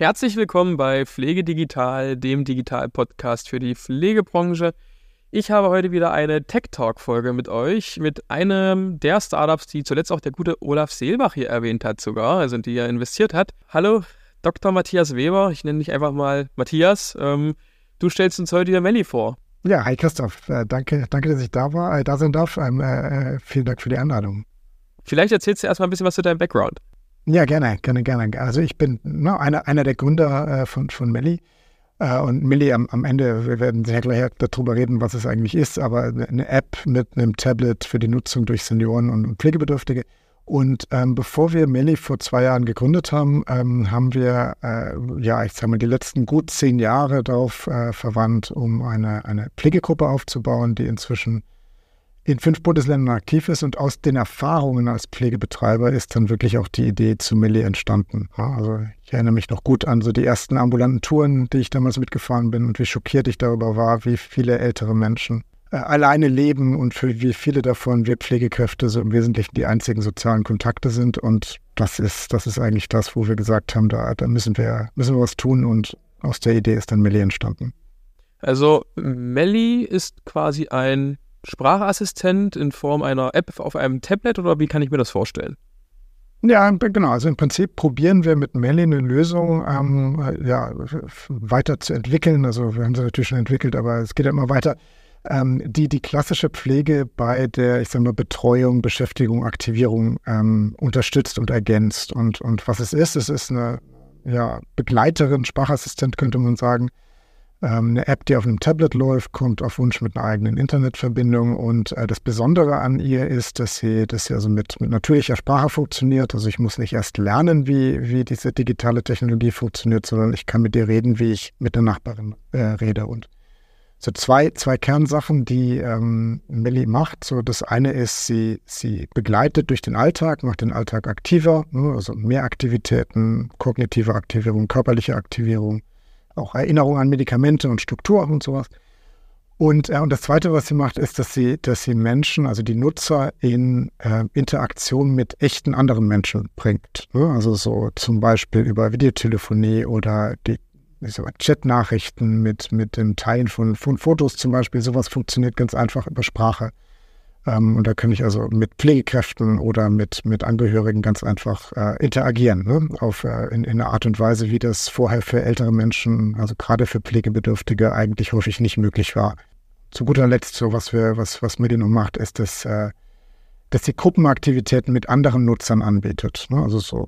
Herzlich willkommen bei Pflege Digital, dem Digital-Podcast für die Pflegebranche. Ich habe heute wieder eine Tech-Talk-Folge mit euch, mit einem der Startups, die zuletzt auch der gute Olaf Seelbach hier erwähnt hat sogar, also die er investiert hat. Hallo, Dr. Matthias Weber, ich nenne dich einfach mal Matthias. Du stellst uns heute die Melli vor. Ja, hi Christoph, danke, dass ich da sein darf. Vielen Dank für die Einladung. Vielleicht erzählst du erstmal ein bisschen was zu deinem Background. Ja, gerne. Also ich bin einer der Gründer von Melli. Und Melli am Ende, wir werden sehr gleich darüber reden, was es eigentlich ist, aber eine App mit einem Tablet für die Nutzung durch Senioren und Pflegebedürftige. Und bevor wir Melli vor 2 Jahren gegründet haben, haben wir, die letzten gut 10 Jahre darauf verwandt, um eine Pflegegruppe aufzubauen, die inzwischen in 5 Bundesländern aktiv ist. Und aus den Erfahrungen als Pflegebetreiber ist dann wirklich auch die Idee zu Melli entstanden. Ja, also ich erinnere mich noch gut an so die ersten ambulanten Touren, die ich damals mitgefahren bin und wie schockiert ich darüber war, wie viele ältere Menschen alleine leben und für wie viele davon wir Pflegekräfte so im Wesentlichen die einzigen sozialen Kontakte sind. Und das ist eigentlich das, wo wir gesagt haben, da müssen wir was tun, und aus der Idee ist dann Melli entstanden. Also Melli ist quasi ein Sprachassistent in Form einer App auf einem Tablet, oder wie kann ich mir das vorstellen? Ja, genau. Also im Prinzip probieren wir mit Melli eine Lösung weiter zu entwickeln. Also wir haben sie natürlich schon entwickelt, aber es geht ja immer weiter. Die klassische Pflege bei der, Betreuung, Beschäftigung, Aktivierung unterstützt und ergänzt. Und was es ist eine Begleiterin, Sprachassistent könnte man sagen. Eine App, die auf einem Tablet läuft, kommt auf Wunsch mit einer eigenen Internetverbindung. Und das Besondere an ihr ist, dass sie also mit natürlicher Sprache funktioniert. Also ich muss nicht erst lernen, wie diese digitale Technologie funktioniert, sondern ich kann mit ihr reden, wie ich mit der Nachbarin rede. Und so zwei Kernsachen, die Melli macht. So das eine ist, sie begleitet durch den Alltag, macht den Alltag aktiver, also mehr Aktivitäten, kognitive Aktivierung, körperliche Aktivierung, auch Erinnerung an Medikamente und Struktur und sowas. Und das Zweite, was sie macht, ist, dass sie Menschen, also die Nutzer, in Interaktion mit echten anderen Menschen bringt. Also so zum Beispiel über Videotelefonie oder die Chat-Nachrichten mit dem Teilen von Fotos zum Beispiel. Sowas funktioniert ganz einfach über Sprache. Und da kann ich also mit Pflegekräften oder mit Angehörigen ganz einfach interagieren, in einer Art und Weise, wie das vorher für ältere Menschen, also gerade für Pflegebedürftige, eigentlich häufig nicht möglich war. Zu guter Letzt, so was Melli noch macht, ist, dass sie Gruppenaktivitäten mit anderen Nutzern anbietet. Also so,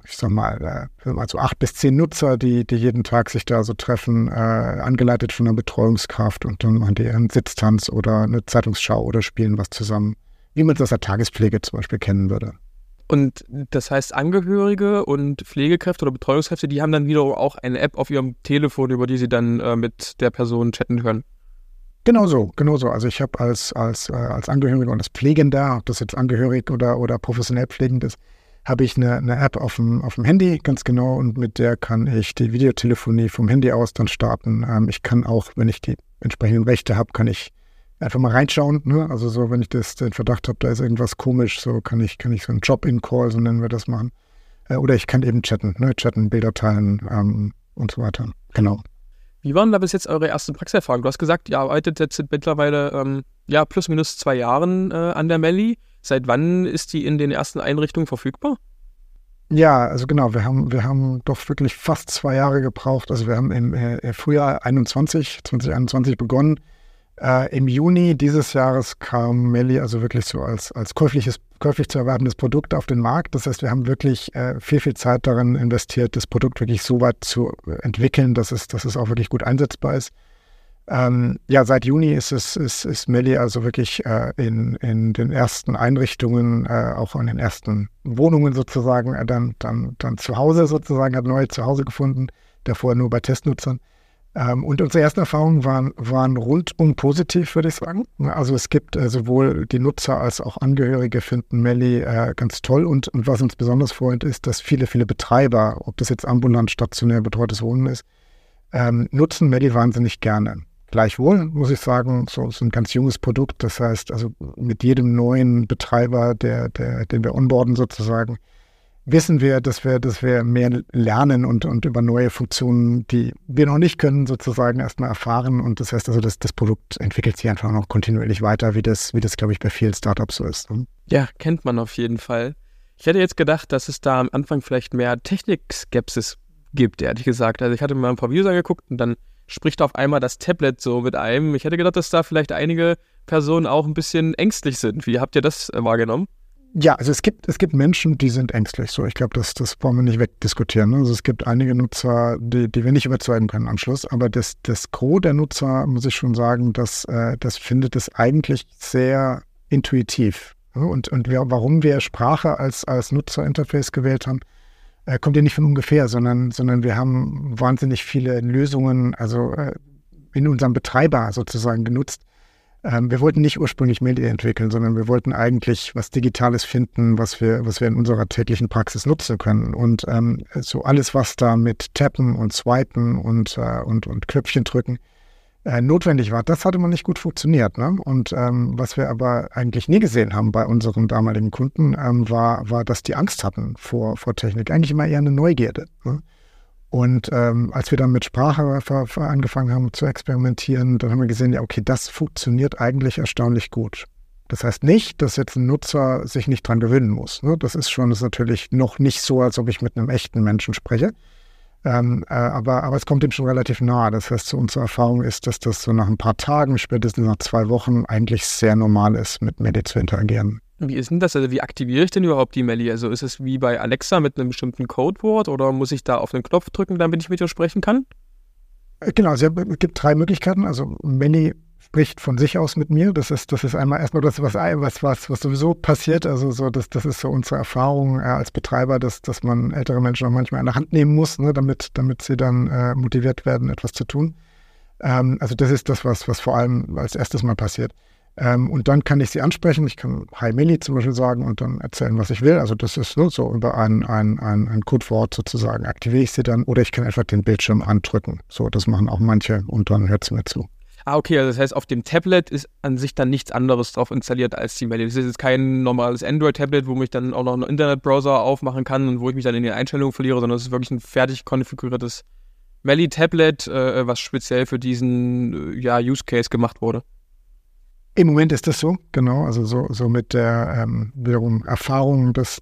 8 bis 10 Nutzer, die jeden Tag sich da so treffen, angeleitet von einer Betreuungskraft, und dann machen die einen Sitztanz oder eine Zeitungsschau oder spielen was zusammen, wie man es aus der Tagespflege zum Beispiel kennen würde. Und das heißt, Angehörige und Pflegekräfte oder Betreuungskräfte, die haben dann wieder auch eine App auf ihrem Telefon, über die sie dann mit der Person chatten können. Genau so. Also ich habe als Angehöriger und als Pflegender, ob das jetzt angehörig oder professionell pflegend ist, habe ich eine App auf dem Handy, ganz genau, und mit der kann ich die Videotelefonie vom Handy aus dann starten. Ich kann auch, wenn ich die entsprechenden Rechte habe, kann ich einfach mal reinschauen. Also so, wenn ich den Verdacht habe, da ist irgendwas komisch, so kann ich so einen Drop-in-Call, so nennen wir das, machen. Oder ich kann eben chatten, Bilder teilen und so weiter. Genau. Wie waren da bis jetzt eure ersten Praxiserfahrungen? Du hast gesagt, ihr arbeitet jetzt mittlerweile plus minus 2 Jahren an der Melli. Seit wann ist die in den ersten Einrichtungen verfügbar? Ja, also genau, wir haben doch wirklich fast 2 Jahre gebraucht. Also wir haben im Frühjahr 2021 begonnen. Im Juni dieses Jahres kam Melli also wirklich so als käuflich zu erwerbendes Produkt auf den Markt. Das heißt, wir haben wirklich viel Zeit darin investiert, das Produkt wirklich so weit zu entwickeln, dass es auch wirklich gut einsetzbar ist. Seit Juni ist Melli also wirklich in den ersten Einrichtungen, auch in den ersten Wohnungen sozusagen, dann zu Hause sozusagen, hat neue Zuhause gefunden, davor nur bei Testnutzern. Und unsere ersten Erfahrungen waren rundum positiv, würde ich sagen. Also es gibt sowohl die Nutzer als auch Angehörige finden Melli ganz toll. Und was uns besonders freut, ist, dass viele Betreiber, ob das jetzt ambulant, stationär betreutes Wohnen ist, nutzen Melli wahnsinnig gerne. Gleichwohl muss ich sagen, so ist ein ganz junges Produkt. Das heißt, also mit jedem neuen Betreiber, den wir onboarden sozusagen, wissen wir, dass wir mehr lernen und über neue Funktionen, die wir noch nicht können, sozusagen erstmal erfahren. Und das heißt also, das Produkt entwickelt sich einfach noch kontinuierlich weiter, wie das, glaube ich, bei vielen Startups so ist. Ne? Ja, kennt man auf jeden Fall. Ich hätte jetzt gedacht, dass es da am Anfang vielleicht mehr Technikskepsis gibt, ehrlich gesagt. Also ich hatte mir mal ein paar Videos angeguckt und dann spricht auf einmal das Tablet so mit einem. Ich hätte gedacht, dass da vielleicht einige Personen auch ein bisschen ängstlich sind. Wie habt ihr das wahrgenommen? Ja, also es gibt Menschen, die sind ängstlich. So, ich glaube, das wollen wir nicht wegdiskutieren. Ne? Also es gibt einige Nutzer, die wir nicht überzeugen können am Schluss. Aber das Gros der Nutzer, muss ich schon sagen, das findet es eigentlich sehr intuitiv. Ne? Und warum wir Sprache als Nutzerinterface gewählt haben, kommt ja nicht von ungefähr, sondern wir haben wahnsinnig viele Lösungen, also in unserem Betreiber sozusagen genutzt. Wir wollten nicht ursprünglich Mail entwickeln, sondern wir wollten eigentlich was Digitales finden, was wir in unserer täglichen Praxis nutzen können. Und so alles, was da mit Tappen und Swipen und Knöpfchen drücken notwendig war, das hatte man nicht gut funktioniert. Ne? Und was wir aber eigentlich nie gesehen haben bei unseren damaligen Kunden, war, dass die Angst hatten vor Technik. Eigentlich immer eher eine Neugierde. Ne? Und als wir dann mit Sprache angefangen haben zu experimentieren, dann haben wir gesehen, ja okay, das funktioniert eigentlich erstaunlich gut. Das heißt nicht, dass jetzt ein Nutzer sich nicht dran gewöhnen muss. Ne? Das ist natürlich noch nicht so, als ob ich mit einem echten Menschen spreche. Aber es kommt ihm schon relativ nahe. Das heißt, so unsere Erfahrung ist, dass das so nach ein paar Tagen, spätestens nach 2 Wochen, eigentlich sehr normal ist, mit Melli zu interagieren. Wie ist denn das? Also wie aktiviere ich denn überhaupt die Melli? Also ist es wie bei Alexa mit einem bestimmten Codewort oder muss ich da auf einen Knopf drücken, damit ich mit ihr sprechen kann? Genau, es gibt 3 Möglichkeiten. Also Melli spricht von sich aus mit mir. Das ist erstmal das, was sowieso passiert. Also so, das ist so unsere Erfahrung als Betreiber, dass man ältere Menschen auch manchmal in der Hand nehmen muss, ne, damit sie dann motiviert werden, etwas zu tun. Also das ist das, was vor allem als erstes mal passiert. Und dann kann ich sie ansprechen. Ich kann Hi Melli zum Beispiel sagen und dann erzählen, was ich will. Also das ist so über ein Codewort sozusagen aktiviere ich sie dann. Oder ich kann einfach den Bildschirm andrücken. So, das machen auch manche und dann hört sie mir zu. Ah, okay, also das heißt, auf dem Tablet ist an sich dann nichts anderes drauf installiert als die Melli. Das ist jetzt kein normales Android-Tablet, wo ich dann auch noch einen Internetbrowser aufmachen kann und wo ich mich dann in den Einstellungen verliere, sondern es ist wirklich ein fertig konfiguriertes Melli-Tablet, was speziell für diesen Use-Case gemacht wurde. Im Moment ist das so, genau. Also so mit der wiederum Erfahrung, dass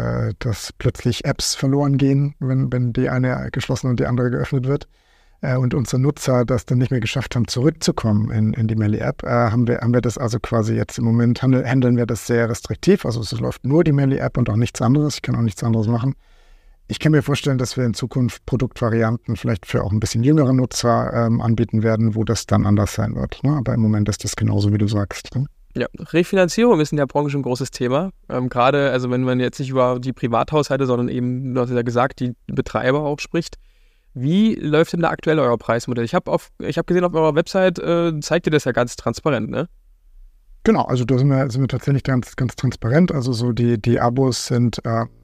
plötzlich Apps verloren gehen, wenn die eine geschlossen und die andere geöffnet wird. Und unsere Nutzer das dann nicht mehr geschafft haben, zurückzukommen in die Melli-App, haben wir das also quasi jetzt im Moment, handeln wir das sehr restriktiv. Also es läuft nur die Melli-App und auch nichts anderes. Ich kann auch nichts anderes machen. Ich kann mir vorstellen, dass wir in Zukunft Produktvarianten vielleicht für auch ein bisschen jüngere Nutzer anbieten werden, wo das dann anders sein wird. Ne? Aber im Moment ist das genauso, wie du sagst. Ne? Ja, Refinanzierung ist in der Branche ein großes Thema. Gerade, also wenn man jetzt nicht über die Privathaushalte, sondern eben, du hast ja gesagt, die Betreiber auch spricht. Wie läuft denn da aktuell euer Preismodell? Ich hab gesehen, auf eurer Website zeigt ihr das ja ganz transparent, ne? Genau, also da sind wir tatsächlich ganz, ganz transparent. Also so die Abos sind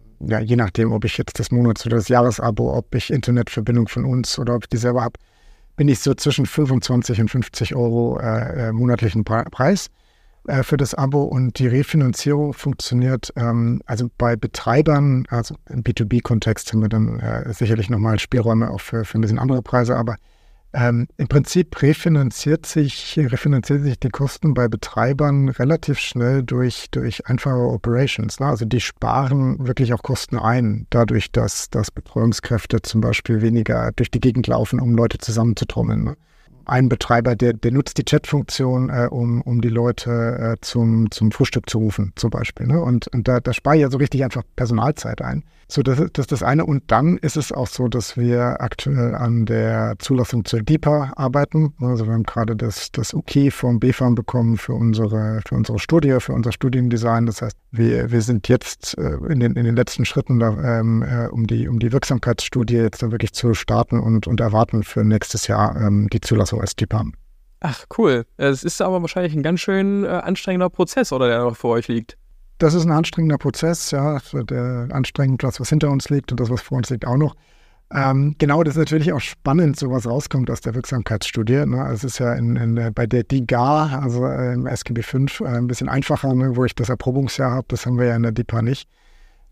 je nachdem, ob ich jetzt das Monats- oder das Jahresabo, ob ich Internetverbindung von uns oder ob ich die selber habe, bin ich so zwischen 25 und 50 Euro monatlichen Preis für das Abo. Und die Refinanzierung funktioniert, also bei Betreibern, also im B2B-Kontext haben wir dann sicherlich nochmal Spielräume auch für ein bisschen andere Preise, aber im Prinzip refinanziert sich die Kosten bei Betreibern relativ schnell durch einfache Operations. Ne? Also die sparen wirklich auch Kosten ein, dadurch, dass Betreuungskräfte zum Beispiel weniger durch die Gegend laufen, um Leute zusammenzutrommeln. Ne? Ein Betreiber, der nutzt die Chat-Funktion, um die Leute zum Frühstück zu rufen, zum Beispiel. Ne? Und da spare ich ja so richtig einfach Personalzeit ein. So, das ist das eine. Und dann ist es auch so, dass wir aktuell an der Zulassung zur DIPA arbeiten. Also wir haben gerade das OK vom BfArM bekommen für unsere Studie, für unser Studiendesign. Das heißt, wir sind jetzt in den letzten Schritten da, um die Wirksamkeitsstudie jetzt da wirklich zu starten und erwarten für nächstes Jahr die Zulassung als DIPA. Ach, cool. Es ist aber wahrscheinlich ein ganz schön anstrengender Prozess, oder der noch vor euch liegt. Das ist ein anstrengender Prozess, ja, der anstrengend, das, was hinter uns liegt und das, was vor uns liegt, auch noch. Genau, das ist natürlich auch spannend, so was rauskommt aus der Wirksamkeitsstudie. Ne? Es ist ja bei der DIGA, also im SGB V, ein bisschen einfacher, ne, wo ich das Erprobungsjahr habe, das haben wir ja in der DIPA nicht.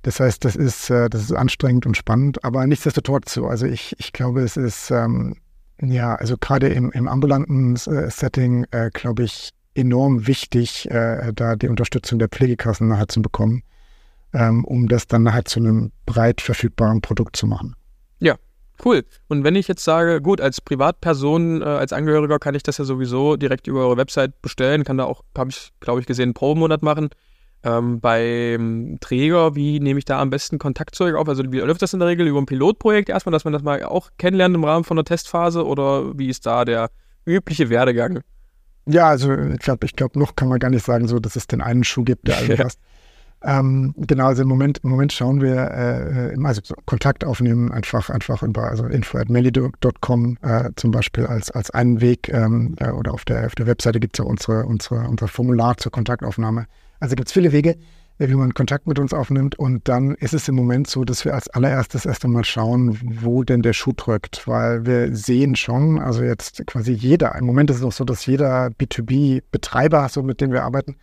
Das heißt, das ist anstrengend und spannend, aber nichtsdestotrotz so. Also ich glaube, es ist, also gerade im ambulanten Setting, glaube ich, enorm wichtig, da die Unterstützung der Pflegekassen nachher zu bekommen, um das dann nachher zu einem breit verfügbaren Produkt zu machen. Ja, cool. Und wenn ich jetzt sage, gut, als Privatperson, als Angehöriger kann ich das ja sowieso direkt über eure Website bestellen, kann da auch, habe ich, glaube ich, gesehen, einen Probemonat machen. Beim Träger, wie nehme ich da am besten Kontakt zu euch auf? Also wie läuft das in der Regel über ein Pilotprojekt erstmal, dass man das mal auch kennenlernt im Rahmen von der Testphase oder wie ist da der übliche Werdegang? Ja, also ich glaube, noch kann man gar nicht sagen, so, dass es den einen Schuh gibt, der allen passt. Genau, also im Moment schauen wir, also Kontakt aufnehmen, einfach über, also info@melli.com zum Beispiel als einen Weg, oder auf der Webseite gibt es ja unser Formular zur Kontaktaufnahme. Also gibt es viele Wege, wie man Kontakt mit uns aufnimmt, und dann ist es im Moment so, dass wir als allererstes erst einmal schauen, wo denn der Schuh drückt, weil wir sehen schon, also jetzt quasi im Moment ist es auch so, dass jeder B2B-Betreiber, so mit dem wir arbeiten,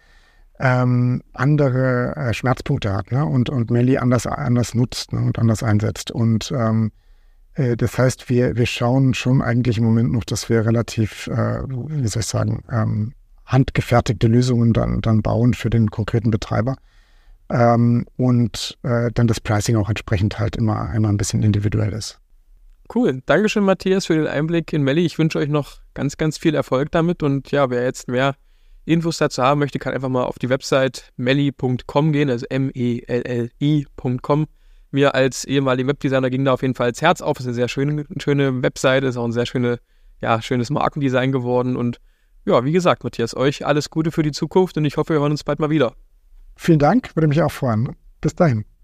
andere Schmerzpunkte hat, ne? und Melli anders nutzt, ne? Und anders einsetzt. Und das heißt, wir schauen schon eigentlich im Moment noch, dass wir relativ, wie soll ich sagen, handgefertigte Lösungen dann bauen für den konkreten Betreiber. Und dann das Pricing auch entsprechend halt immer ein bisschen individuell ist. Cool. Dankeschön, Matthias, für den Einblick in Melli. Ich wünsche euch noch ganz, ganz viel Erfolg damit. Und ja, wer jetzt mehr Infos dazu haben möchte, kann einfach mal auf die Website melli.com gehen, also melli.com. Mir als ehemaliger Webdesigner ging da auf jeden Fall das Herz auf. Es ist eine sehr schöne Webseite, ist auch ein sehr schönes Markendesign geworden. Und ja, wie gesagt, Matthias, euch alles Gute für die Zukunft und ich hoffe, wir hören uns bald mal wieder. Vielen Dank, würde mich auch freuen. Bis dahin.